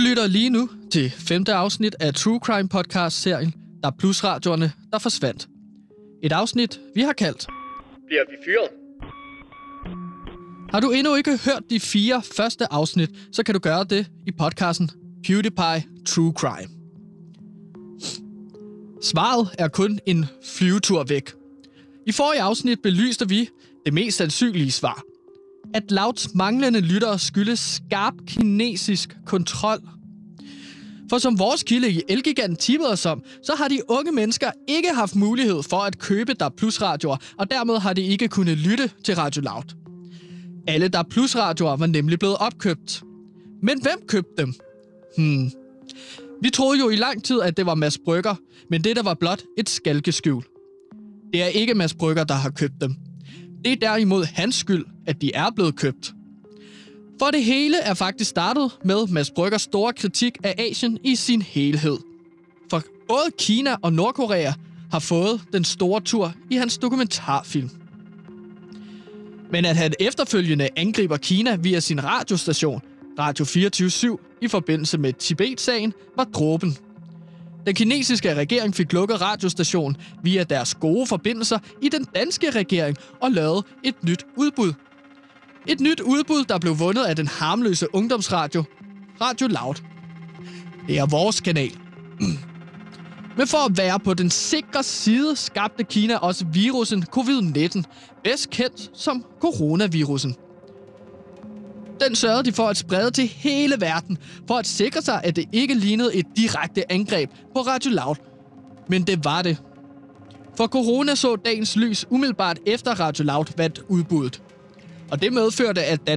lytter lige nu til 5. afsnit af True Crime podcast-serien Der er Plusradioerne, der forsvandt. Et afsnit, vi har kaldt Bliver vi fyret? Har du endnu ikke hørt de 4 første afsnit, så kan du gøre det i podcasten PewDiePie True Crime. Svaret er kun en flyvetur væk. I forrige afsnit belyste vi det mest sandsynlige svar. At Louds manglende lyttere skyldes skarp kinesisk kontrol. For som vores kilde i Elgiganten tippede os om, så har de unge mennesker ikke haft mulighed for at købe Der Plus-radioer, og dermed har de ikke kunnet lytte til Radio Loud. Alle Der Plus-radioer var nemlig blevet opkøbt. Men hvem købte dem? Vi troede jo i lang tid, at det var Mads Brygger, men det der var blot et skalkeskjul. Det er ikke Mads Brygger, der har købt dem. Det er derimod hans skyld, at de er blevet købt. For det hele er faktisk startet med Mads Bryggers store kritik af Asien i sin helhed. For både Kina og Nordkorea har fået den store tur i hans dokumentarfilm. Men at han efterfølgende angriber Kina via sin radiostation, Radio 24/7, i forbindelse med Tibet-sagen, var dråben. Den kinesiske regering fik lukket radiostationen via deres gode forbindelser i den danske regering og lavede et nyt udbud. Et nyt udbud, der blev vundet af den harmløse ungdomsradio, Radio Loud. Det er vores kanal. Men for at være på den sikre side, skabte Kina også virusen COVID-19, bedst kendt som coronavirusen. Den sørgede de for at sprede til hele verden, for at sikre sig, at det ikke lignede et direkte angreb på Radio Loud. Men det var det. For corona så dagens lys umiddelbart efter Radio Loud vandt udbuddet. Og det medførte, at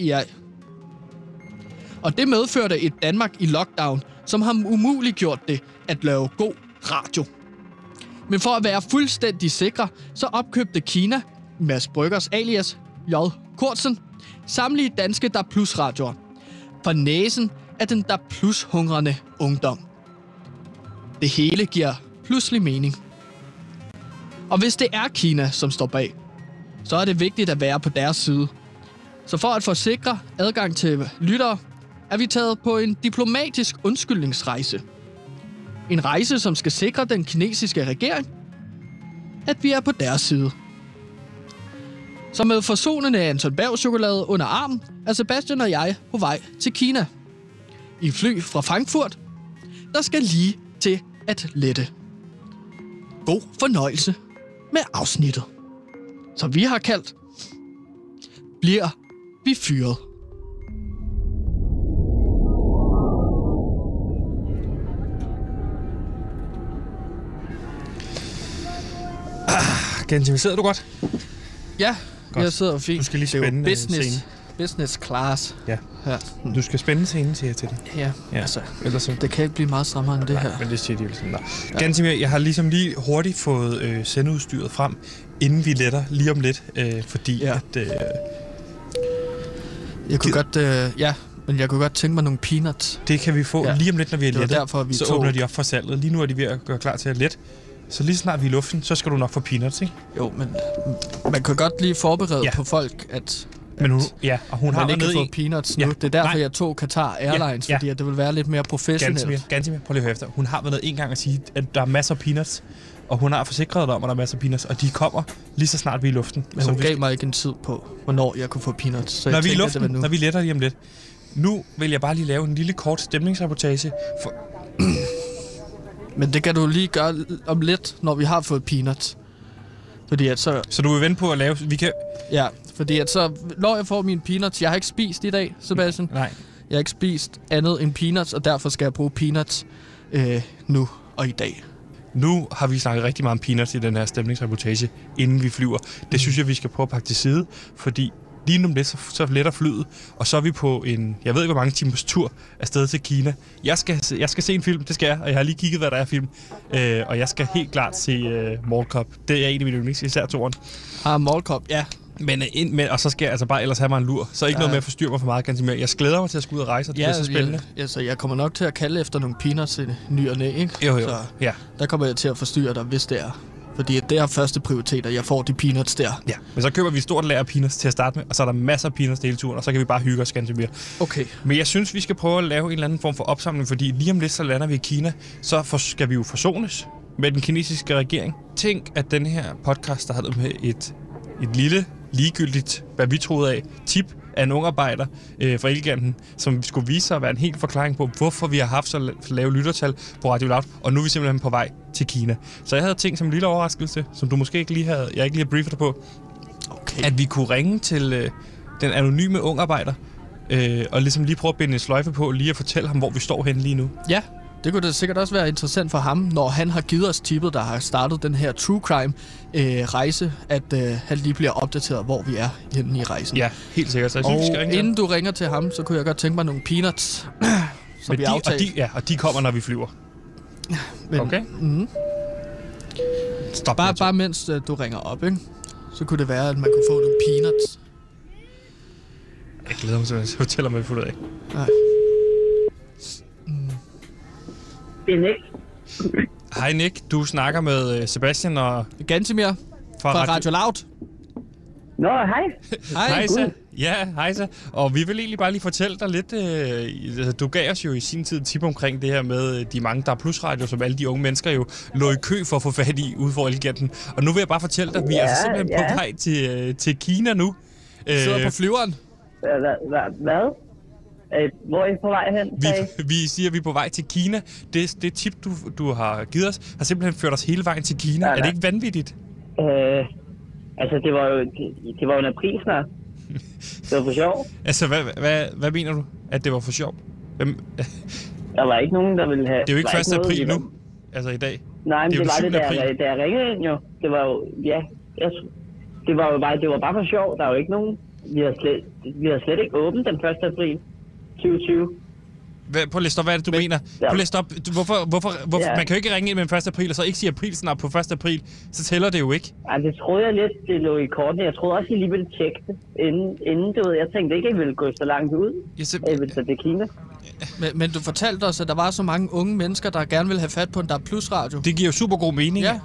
Danmark et Danmark i lockdown, som har umuliggjort det at lave god radio. Men for at være fuldstændig sikre, så opkøbte Kina, Mads Bryggers alias J. Kortsen, samtlige danske Der Plus-radioer. For næsen af den Der Plus-hungrende ungdom. Det hele giver pludselig mening. Og hvis det er Kina, som står bag, så er det vigtigt at være på deres side. Så for at forsikre adgang til lyttere, er vi taget på en diplomatisk undskyldningsrejse. En rejse, som skal sikre den kinesiske regering, at vi er på deres side. Så med forsonende Anton Berg-chokolade under armen, er Sebastian og jeg på vej til Kina. I fly fra Frankfurt, der skal lige til at lette. God fornøjelse med afsnittet. Så vi har kaldt Bliver vi fyret? Sidder du godt? Ja, godt. Jeg sidder fint. Du skal lige spænde scenen. Business class. Ja. Du skal spænde scenen, siger jeg til dig. Ja. Altså, ellers så... det kan ikke blive meget strammere end det her. Men det siger de jo sådan der. Ja. Gansimir, jeg har ligesom lige hurtigt fået sendeudstyret frem, inden vi letter lige om lidt, fordi at... Jeg kunne godt... men jeg kunne godt tænke mig nogle peanuts. Det kan vi få lige om lidt, når vi er lettet. Derfor, så åbner de op for salget. Lige nu er de ved at gøre klar til at lette. Så lige snart vi er i luften, så skal du nok få peanuts, ikke? Jo, men man kan godt lige forberede på folk, at men hun har ikke få peanuts nu. Det er derfor, jeg tog Qatar Airlines, fordi at det vil være lidt mere professionelt. Gansimir, prøv lige at høre efter. Hun har været en gang at sige, at der er masser af peanuts, og hun har forsikret dig om, at der er masser af peanuts, og de kommer lige så snart vi er i luften. Men hun gav mig ikke en tid på, hvornår jeg kunne få peanuts. Så når vi er i luften, når vi letter lige om lidt. Nu vil jeg bare lige lave en lille kort stemningsreportage. Men det kan du lige gøre om lidt, når vi har fået peanuts. Fordi at så du vil vente på at lave... Vi kan... Ja, fordi at så... Når jeg får mine peanuts... Jeg har ikke spist i dag, Sebastian. Nej. Jeg har ikke spist andet end peanuts, og derfor skal jeg bruge peanuts nu og i dag. Nu har vi snakket rigtig meget om peanuts i den her stemningsreportage, inden vi flyver. Det synes jeg, vi skal prøve at pakke til side, fordi... Lige om lidt, så letter flyet, og så er vi på en, jeg ved ikke hvor mange timers tur afsted til Kina. Jeg skal se en film, det skal jeg, og jeg har lige kigget, hvad der er film. Og jeg skal helt klart se Mall Cop. Det er en af mine yndlings, især toren. Mall Cop, ja. Men, og så skal jeg altså bare ellers have mig en lur. Så ikke noget med at forstyrre mig for meget, ganske mere. Jeg glæder mig til at skulle ud og rejse, og det bliver så spændende. Så jeg kommer nok til at kalde efter nogle peanuts i ny og næ, ikke? Jo. Så der kommer jeg til at forstyrre dig, hvis det er. Fordi det er første prioritet, at jeg får de peanuts der. Ja, men så køber vi et stort lager peanuts til at starte med, og så er der masser af peanuts hele turen, og så kan vi bare hygge os ganske mere. Okay. Men jeg synes, vi skal prøve at lave en eller anden form for opsamling, fordi lige om lidt, så lander vi i Kina, så skal vi jo forsones med den kinesiske regering. Tænk, at den her podcast, der havde med et lille, ligegyldigt, hvad vi troede af, tip af en ungarbejder fra Elgiganten, som skulle vise sig at være en helt forklaring på, hvorfor vi har haft så lave lyttertal på Radio Loud, og nu er vi simpelthen på vej til Kina. Så jeg havde tænkt som en lille overraskelse, som du måske ikke lige har briefet dig på, okay, at vi kunne ringe til den anonyme ungarbejder, og ligesom lige prøve at binde en sløjfe på, lige at fortælle ham, hvor vi står henne lige nu. Ja, det kunne da sikkert også være interessant for ham, når han har givet os tippet, der har startet den her true crime rejse, at han lige bliver opdateret, hvor vi er henne i rejsen. Ja, helt sikkert. Så jeg synes, vi skal ringe inden du ringer til ham, så kunne jeg godt tænke mig nogle peanuts, som vi aftalte. Og de kommer, når vi flyver. Men, okay? Mm-hmm. Stop. Bare mens du ringer op, ikke? Så kunne det være, at man kunne få nogle peanuts. Jeg glæder mig simpelthen til at fortælle, hvad vi får ud af. Nej. Det er Nick. Hej Nick, du snakker med Sebastian og Gantimir fra Radio Loud. Nå, hej. Hej så. Ja, hej så. Og vi vil egentlig bare lige fortælle dig lidt. Du gav os jo i sin tid et tip omkring det her med de mange der plusradio, som alle de unge mennesker jo lå i kø for at få fat i ude for Elgiganten. Og nu vil jeg bare fortælle dig, at vi er altså simpelthen på vej til Kina nu. Sidder på flyveren. Hvad? Hvor er I på vej hen? Vi siger, at vi er på vej til Kina. Det tip, du har givet os, har simpelthen ført os hele vejen til Kina. Er det ikke vanvittigt? Altså, det var jo en april snart. Det var for sjov. Altså, hvad mener du? At det var for sjov? Der var ikke nogen, der ville have... Det er jo ikke 1. april nu, altså i dag. Nej, men det var det, da jeg ringede ind jo. Det var jo... Ja, det var bare for sjov. Der er jo ikke nogen... Vi har slet ikke åbent den 1. april 2020. Prøv at liste op, hvad er det, du mener? Prøv at liste op. Hvorfor? Man kan jo ikke ringe ind med den 1. april, og så ikke sige april snart på 1. april. Så tæller det jo ikke. Ej, det troede jeg lidt, det lå i kortene. Jeg troede også, I lige ville tjekke det, inden du ved. Jeg tænkte ikke, I ville gå så langt ud. Jeg ville tage det Kina. Men du fortalte os, at der var så mange unge mennesker, der gerne ville have fat på en DAB+ radio. Det giver jo super god mening. Ja.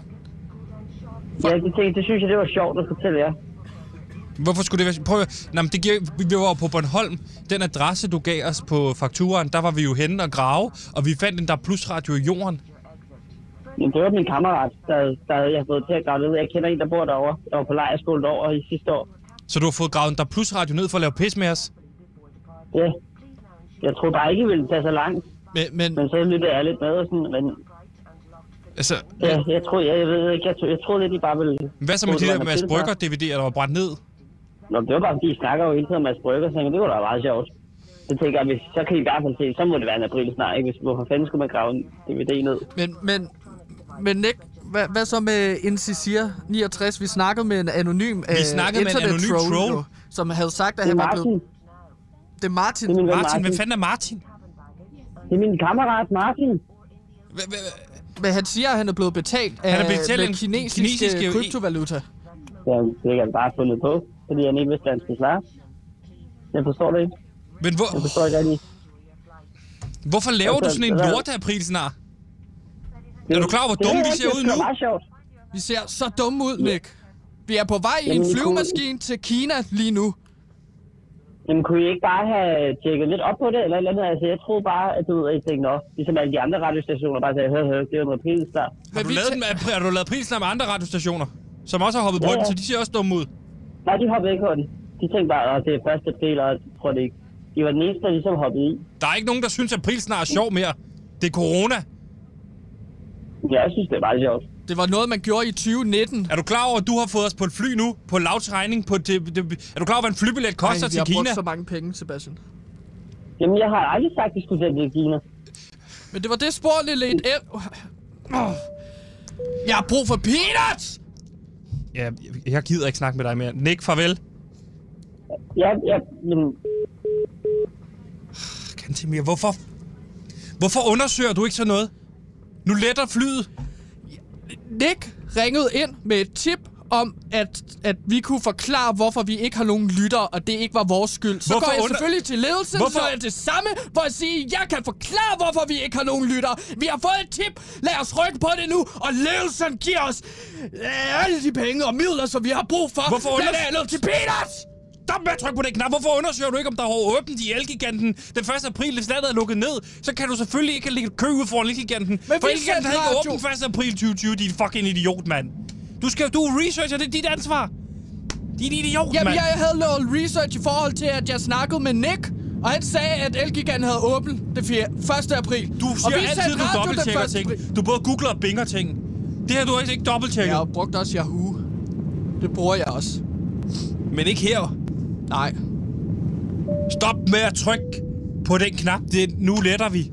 Det synes jeg, det var sjovt at fortælle jer. Hvorfor skulle det være... Prøv at... Nå, men vi var på Bornholm. Den adresse, du gav os på fakturaen, der var vi jo henne og grave, og vi fandt en DAB+ radio i jorden. Jamen, det var min kammerat, der jeg har fået til at grave ned. Jeg kender en, der bor derovre. Jeg var på lejrskole derovre i sidste år. Så du har fået gravet en DAB+ radio ned for at lave pis med os? Ja. Jeg troede bare ikke, I ville tage så langt. Men så lyttede jeg lidt med og sådan, men... Altså... Ja, jeg ved ikke. Jeg troede lidt, I bare ville... Hvad så med de der Mads Brygger DVD'er, der var brændt ned? Nå, det var bare fordi, I snakker jo hele tiden om Mads Brygger, så det var da meget sjovt. Så tænker jeg, så kan I i hvert fald se, så må det være en april snart, ikke? Hvorfor fanden skulle man grave en DVD ned? Men Nick, hvad så med Incisier 69? Vi snakkede med en anonym troll, som havde sagt, at han var blevet... Det er Martin. Martin, hvad fanden er Martin? Det er min kammerat, Martin. Men han siger, at han er blevet betalt af kinesiske kryptovaluta. Ja, det er han bare fundet på, fordi han ikke vidste, hvad han skulle svare. Jeg forstår det ikke. Men jeg forstår ikke rigtig. Hvorfor laver du sådan en lorteapril snart? Er du klar over, hvor dumme vi ser ud nu? Det er meget sjovt. Vi ser så dumme ud, Nick. Vi er på vej i en flyvemaskine til Kina lige nu. Jamen, kunne I ikke bare have tjekket lidt op på det, eller andet? Altså, jeg troede bare, at du tænkte, nå, ligesom alle de andre radiostationer bare sagde, det er jo noget pilsnart. Har du lavet pilsnart med andre radiostationer, som også har hoppet på den, så de ser også dumme ud? Nej, de hoppede ikke på den. De tænkte bare, at det er 1. april, og jeg tror det ikke. De var den eneste, der ligesom hoppede i. Der er ikke nogen, der synes, at pilsnart er sjov mere. Det er corona. Ja, jeg synes, det er meget sjovt. Det var noget, man gjorde i 2019. Er du klar over, at du har fået os på et fly nu, på Louds regning? Er du klar over, hvad en flybillet koster til Kina? Jeg har brugt så mange penge, Sebastian. Jamen, jeg har aldrig sagt, at vi skulle til Kina. Men det var det spor, lille et... Jeg har brug for peanuts! Ja, jeg gider ikke snakke med dig mere. Nick, farvel. Ja. Gantimir, hvorfor undersøger du ikke sådan noget? Nu letter flyet. Nick ringede ind med et tip om, at vi kunne forklare, hvorfor vi ikke har nogen lytter, og det ikke var vores skyld. Så går jeg selvfølgelig til ledelsen, så er det samme, for at sige, jeg kan forklare, hvorfor vi ikke har nogen lytter. Vi har fået et tip. Lad os rykke på det nu, og ledelsen giver os alle de penge og midler, som vi har brug for. Blandt andet til Peters! Stop med at trykke på den knap. Hvorfor undersøger du ikke, om der er åbent i Elgiganten den 1. april, hvis landet er lukket ned? Så kan du selvfølgelig ikke ligge kø ud foran Elgiganten. For Elgiganten havde ikke åbent 1. april 2020, din fucking idiot, mand. Du researcher, det er dit ansvar. Din idiot, mand. Jamen, jeg havde lavet research i forhold til, at jeg snakkede med Nick, og han sagde, at Elgiganten havde åbent det 1. april. Du siger altid, du dobbelttjekker ting. Du både googler og binger ting. Det her, du har ikke dobbelttjekket. Jeg har brugt også Yahoo. Det bruger jeg også. Men ikke her. Nej. Stop med at trykke på den knap. Nu letter vi.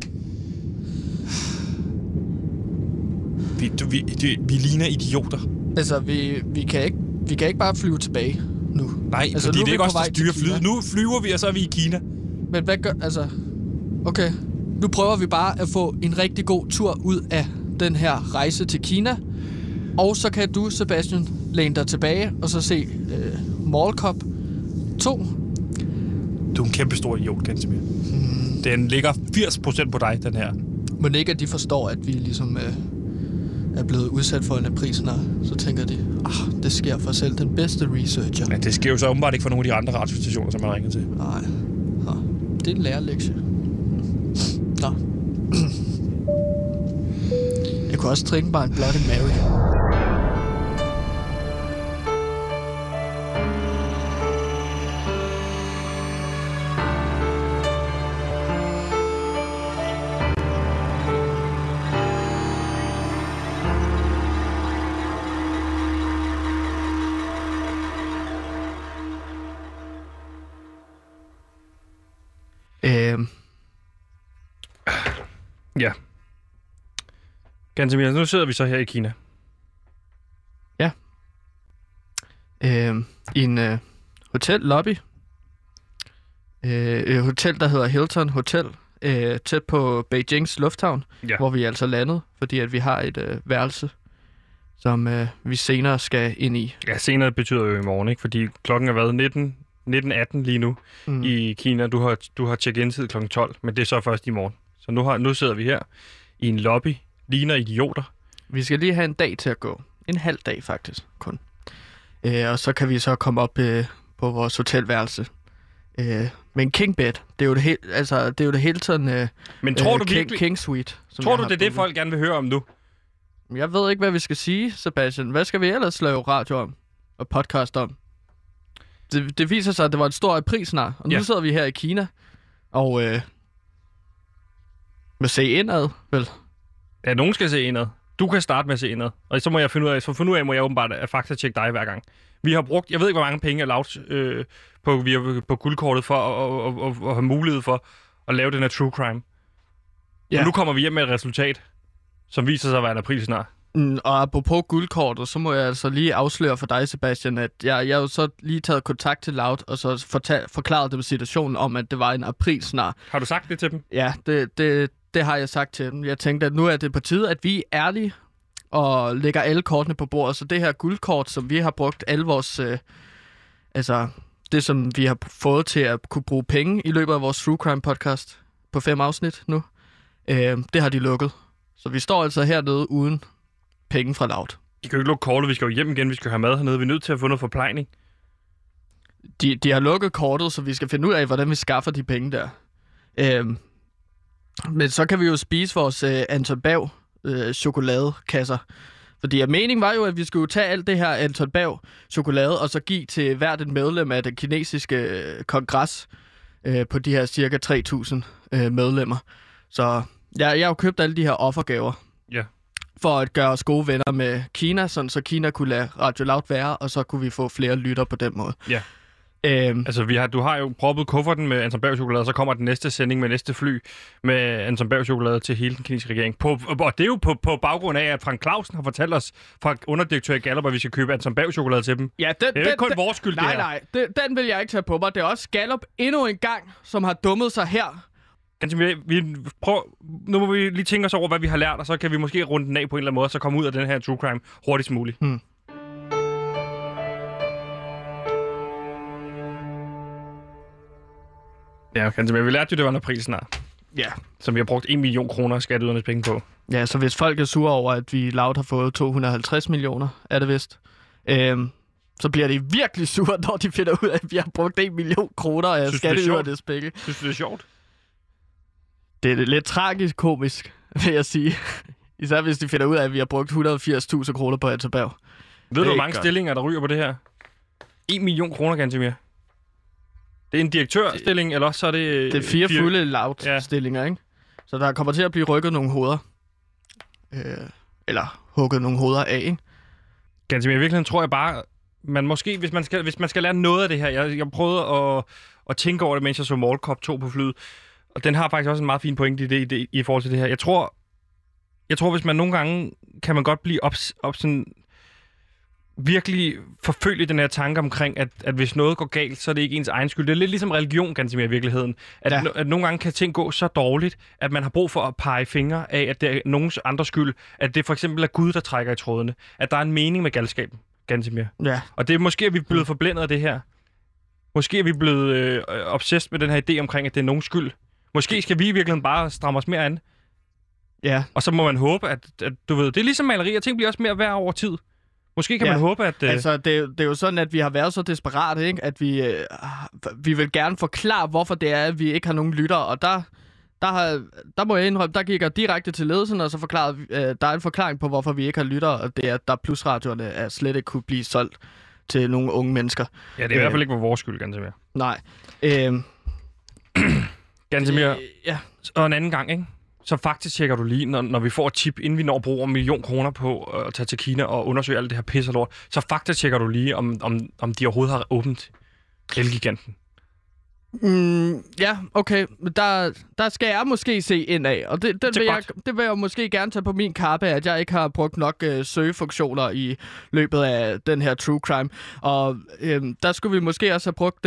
Vi ligner idioter. Altså, vi kan ikke bare flyve tilbage nu. Nej, altså, fordi det er ikke os, der styrer flyet. Nu flyver vi, og så er vi i Kina. Men hvad gør... Altså... Okay. Nu prøver vi bare at få en rigtig god tur ud af den her rejse til Kina. Og så kan du, Sebastian, læne dig tilbage og så se Mall Cop 2. Du er en kæmpe stor idiot, Gantemir. Den ligger 80% på dig, den her. Men ikke, at de forstår, at vi ligesom er blevet udsat for en aprilsnar. Så tænker de, det sker for selv den bedste researcher. Ja, det sker jo så åbenbart ikke for nogle af de andre radiostationer, som man ringer til. Nej. Det er en lærerlektie. Nå. Jeg kunne også trinke bare en Bloody Mary. Ja. Gantemir, nu sidder vi så her i Kina. Ja. I en hotellobby. Et hotel, der hedder Hilton Hotel, tæt på Beijings lufthavn, hvor vi altså landede, fordi at vi har et værelse, som vi senere skal ind i. Ja, senere betyder jo i morgen, ikke? Fordi klokken er været 19:18 lige nu i Kina. Du har check-in-tid kl. 12, men det er så først i morgen. Så nu sidder vi her i en lobby, ligner idioter. Vi skal lige have en dag til at gå. En halv dag faktisk kun. Og så kan vi så komme op på vores hotelværelse. Men king bed, det er jo det Hilton men tror du virkelig, King Suite. Tror du, det er det, folk gerne vil høre om nu? Jeg ved ikke, hvad vi skal sige, Sebastian. Hvad skal vi ellers lave radio om? Og podcast om? Det viser sig, at det var en stor aprilsnar. Og nu sidder vi her i Kina. Og med se indad, vel? Ja, nogen skal se indad. Du kan starte med at se indad. Og så må jeg finde ud af, må jeg åbenbart faktatjekke dig hver gang. Vi har brugt, jeg ved ikke, hvor mange penge er lavet på guldkortet for at have mulighed for at lave den her true crime. Ja. Og nu kommer vi hjem med et resultat, som viser sig at være en aprilsnar. Og apropos guldkortet, så må jeg altså lige afsløre for dig, Sebastian, at jeg har jo så lige taget kontakt til Loud, og så forklaret dem situationen om, at det var en aprilsnar. Har du sagt det til dem? Ja, det har jeg sagt til dem. Jeg tænkte, at nu er det på tide, at vi er ærlige og lægger alle kortene på bordet. Så det her guldkort, som vi har brugt alle vores... det, som vi har fået til at kunne bruge penge i løbet af vores True Crime podcast på 5 afsnit nu, det har de lukket. Så vi står altså hernede uden penge fra Loud. De kan jo ikke lukke kortet, vi skal jo hjem igen, vi skal have mad hernede. Vi er nødt til at få noget forplejning. De har lukket kortet, så vi skal finde ud af, hvordan vi skaffer de penge der. Men så kan vi jo spise vores Anton Berg chokoladekasser. Fordi meningen var jo, at vi skulle tage alt det her Anton Berg chokolade, og så give til hvert et medlem af den kinesiske kongres på de her cirka 3.000 medlemmer. Så jeg har jo købt alle de her offergaver. Ja. For at gøre os gode venner med Kina, sådan så Kina kunne lade Radio Loud være, og så kunne vi få flere lytter på den måde. Ja. Altså, du har jo proppet kufferten med Anton Berg chokolade, og så kommer den næste sending med næste fly med Anton Berg chokolade til hele den kinesiske regering. Og det er jo på baggrund af, at Frank Clausen har fortalt os fra underdirektør i Gallup, at vi skal købe Anton Berg chokolade til dem. Ja, det er jo ikke kun vores skyld, det her. Nej, den vil jeg ikke tage på mig. Det er også Gallup endnu en gang, som har dummet sig her. Nu må vi lige tænke os over, hvad vi har lært, og så kan vi måske runde den af på en eller anden måde, og så komme ud af den her true crime hurtigst muligt. Ja, vi lærte jo, det var en april snart. Ja. Som vi har brugt 1 million kroner af skatteydernes penge på. Ja, så hvis folk er sure over, at vi Loud har fået 250 millioner, er det vist, så bliver de virkelig sure, når de finder ud af, at vi har brugt 1 million kroner af skatteydernes penge. Synes du, det er sjovt? Det er lidt tragisk komisk, vil jeg sige. Især hvis de finder ud af, at vi har brugt 180.000 kroner på et erhverv. Ved du, hvor mange stillinger, der ryger på det her? 1 million kroner, Gantemir. Det er en direktørstilling, eller så er det... Det er 4 fulde Loud-stillinger, ikke? Så der kommer til at blive rykket nogle hoveder. Eller hugget nogle hoveder af, ikke? Gantemir, i virkeligheden tror jeg bare, man måske, hvis man skal lære noget af det her... Jeg prøvede at tænke over det, mens jeg så Mall Cop 2 på flyet. Og den har faktisk også en meget fin pointe i forhold til det her. Jeg tror, hvis man nogle gange... Kan man godt blive sådan... virkelig forfølge den her tanke omkring, at hvis noget går galt, så er det ikke ens egen skyld. Det er lidt ligesom religion, ganske mere i virkeligheden. At nogle gange kan ting gå så dårligt, at man har brug for at pege fingre af, at det er nogens andres skyld. At det for eksempel er Gud, der trækker i trådene. At der er en mening med galskaben, ganske mere. Ja. Og det er måske, at vi er blevet forblændet af det her. Måske er vi blevet obsessed med den her idé omkring, at det er nogens skyld. Måske skal vi i virkeligheden bare stramme os mere an. Ja. Og så må man håbe, at du ved, det er ligesom maleri, og ting bliver også mere værd over tid. Måske kan man håbe, at... Altså, det er jo sådan, at vi har været så desperate, ikke? At vi vil gerne forklare, hvorfor det er, at vi ikke har nogen lytter. Og der må jeg indrømme, der gik jeg direkte til ledelsen, og så forklarede, der er en forklaring på, hvorfor vi ikke har lytter, og det er, at der plusradioerne er slet ikke kunne blive solgt til nogle unge mennesker. Ja, det er i hvert fald ikke på vores skyld, Gantemir. Nej. Gantemir, ja. Og en anden gang, ikke? Så faktisk tjekker du lige, når vi får et tip, inden vi når at bruge 1 million kroner på at tage til Kina og undersøge alt det her pis og lort, så faktisk tjekker du lige, om de overhovedet har åbent Elgiganten. Ja, okay. Der skal jeg måske se indad, og det vil jeg måske gerne tage på min kappe, at jeg ikke har brugt nok søgefunktioner i løbet af den her true crime. Og der skulle vi måske også have brugt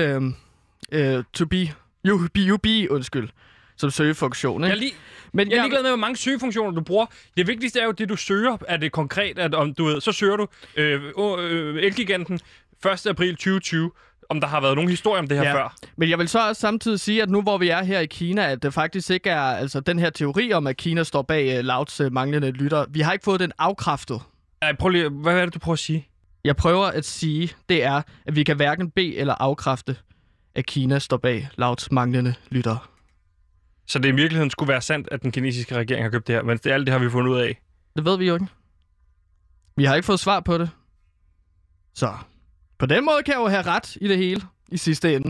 undskyld, som søgefunktion, ikke? Jeg er ligeglad med, hvor mange søgefunktioner du bruger. Det vigtigste er jo, det du søger. Er det konkret, at om du ved, så søger du Elgiganten 1. april 2020, om der har været nogen historie om det her før. Men jeg vil så også samtidig sige, at nu hvor vi er her i Kina, at det faktisk ikke er altså den her teori om, at Kina står bag Louds manglende lytter. Vi har ikke fået den afkræftet. Prøv lige, hvad er det, du prøver at sige? Jeg prøver at sige, det er, at vi kan hverken bede eller afkræfte, at Kina står bag Louds manglende lytter. Så det i virkeligheden skulle være sandt, at den kinesiske regering har købt det her, men det alt det har vi fundet ud af. Det ved vi jo ikke. Vi har ikke fået svar på det. Så på den måde kan jeg jo have ret i det hele i sidste ende.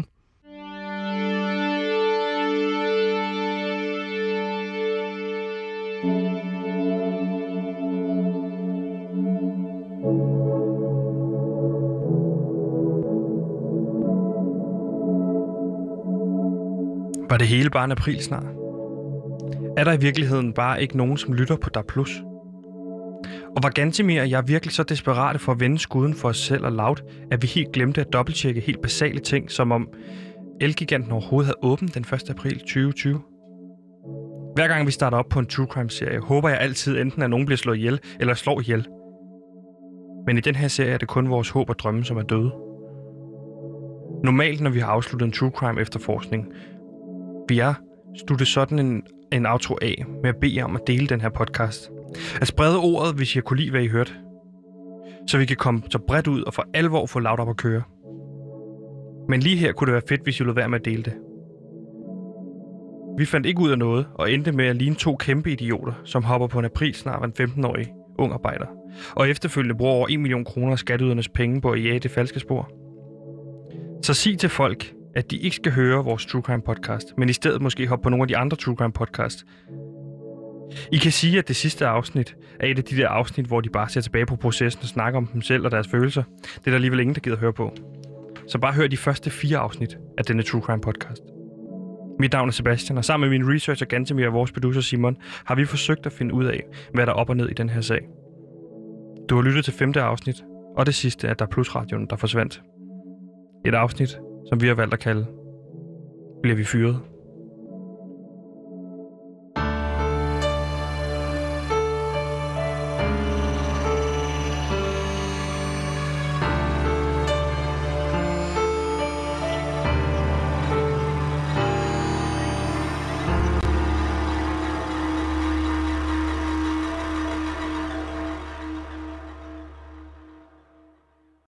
Var det hele bare en april snart? Er der i virkeligheden bare ikke nogen, som lytter på DAB+? Og var Gantemir og jeg virkelig så desperate for at vende skuden for os selv og Loud, at vi helt glemte at dobbelttjekke helt basale ting, som om Elgiganten overhovedet havde åbent den 1. april 2020? Hver gang vi starter op på en true crime-serie, håber jeg altid enten, at nogen bliver slået ihjel eller slår ihjel. Men i den her serie er det kun vores håb og drømme, som er døde. Normalt, når vi har afsluttet en true crime efterforskning, vi er sluttet sådan en outro af med at bede jer om at dele den her podcast. At sprede ordet, hvis I kunne lide, hvad I hørte. Så vi kan komme så bredt ud og for alvor få Loud op at køre. Men lige her kunne det være fedt, hvis I lod være med at dele det. Vi fandt ikke ud af noget og endte med at ligne 2 kæmpe idioter, som hopper på en april snart en 15-årig ung arbejder. Og efterfølgende bruger over 1 million kroner af skatteydernes penge på at jage det falske spor. Så sig til folk, at de ikke skal høre vores True Crime podcast, men i stedet måske hoppe på nogle af de andre True Crime podcast. I kan sige, at det sidste afsnit er et af de der afsnit, hvor de bare ser tilbage på processen og snakker om dem selv og deres følelser. Det er der alligevel ingen, der gider høre på. Så bare hør de første 4 afsnit af denne True Crime podcast. Mit navn er Sebastian, og sammen med min researcher Gantemir og vores producer Simon, har vi forsøgt at finde ud af, hvad der er op og ned i den her sag. Du har lyttet til 5. afsnit, og det sidste er der plusradioen, der forsvandt. Et afsnit, som vi har valgt at kalde Bliver vi fyret?